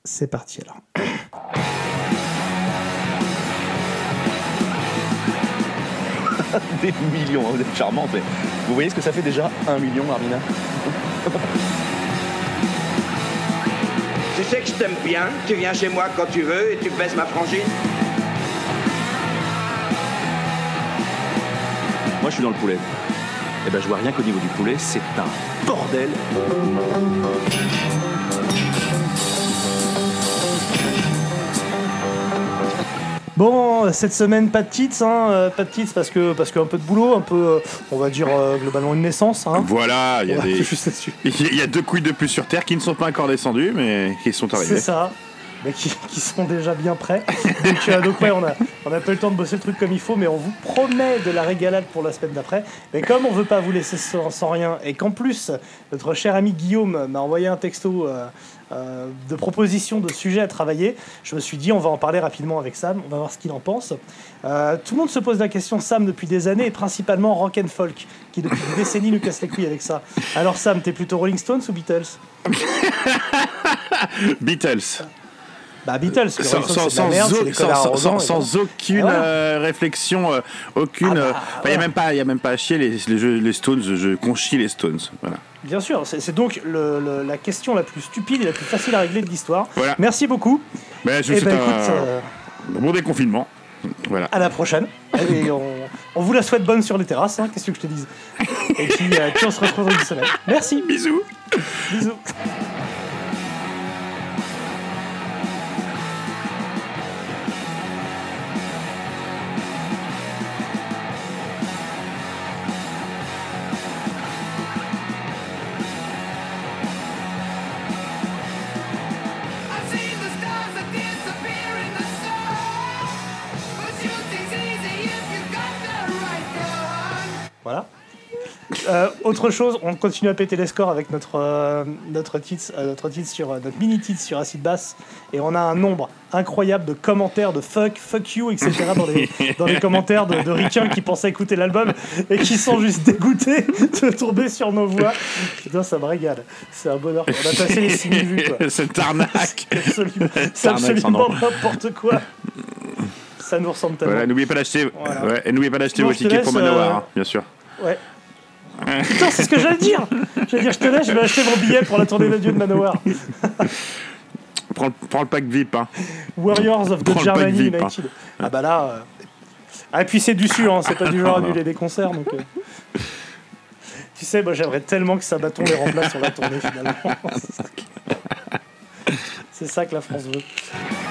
C'est parti alors. Des millions, vous êtes charmante, mais vous voyez ce que ça fait déjà 1 million, Armina? Tu sais que je t'aime bien, tu viens chez moi quand tu veux et tu baisses ma frangine. Moi, je suis dans le poulet. Eh ben, je vois rien qu'au niveau du poulet, c'est un bordel. Bon, cette semaine, pas de titres, pas de titres parce que un peu de boulot, un peu, on va dire globalement une naissance. Voilà, il y a 2 couilles de plus sur Terre qui ne sont pas encore descendues, mais qui sont arrivées. C'est ça, mais qui sont déjà bien prêts. Donc ouais, on a pas eu le temps de bosser le truc comme il faut, mais on vous promet de la régalade pour la semaine d'après. Mais comme on veut pas vous laisser sans rien, et qu'en plus, notre cher ami Guillaume m'a envoyé un texto de propositions de sujets à travailler, je me suis dit on va en parler rapidement avec Sam, on va voir ce qu'il en pense. Tout le monde se pose la question, Sam, depuis des années, et principalement rock and folk, qui depuis des décennies nous casse les couilles avec ça. Alors Sam, t'es plutôt Rolling Stones ou Beatles? Beatles. Bah Beatles, sans aucune réflexion, aucune. Il y a même pas à chier les Stones. Je conchis les Stones. Voilà. Bien sûr, c'est donc la question la plus stupide et la plus facile à régler de l'histoire. Voilà. Merci beaucoup. Écoute, bon déconfinement. Voilà. À la prochaine. Et on vous la souhaite bonne sur les terrasses. Qu'est-ce que je te dise? Et puis on se retrouve dans une semaine. Merci. Bisous. Bisous. Voilà. Autre chose, on continue à péter les scores avec notre mini titre sur Acid Bass, et on a un nombre incroyable de commentaires de fuck you, etc. dans les commentaires de ricains qui pensaient écouter l'album et qui sont juste dégoûtés de tomber sur nos voix. Putain, ça me régale. C'est un bonheur. On a passé les 6000 vues, quoi. C'est arnaque. C'est absolument n'importe quoi. Ça nous ressemble tellement. Voilà, n'oubliez pas d'acheter, vos tickets pour Manowar, bien sûr. Ouais. Putain, c'est ce que j'allais dire. Je vais acheter mon billet pour la tournée d'adieu de Manowar. Prends le pack VIP. Warriors of the Germany VIP, United. Ah bah là... Ah, et puis c'est du sûr, c'est pas du genre à annuler des concerts. Donc, Tu sais, moi j'aimerais tellement que Sabaton les remplace sur la tournée finalement. C'est ça que la France veut.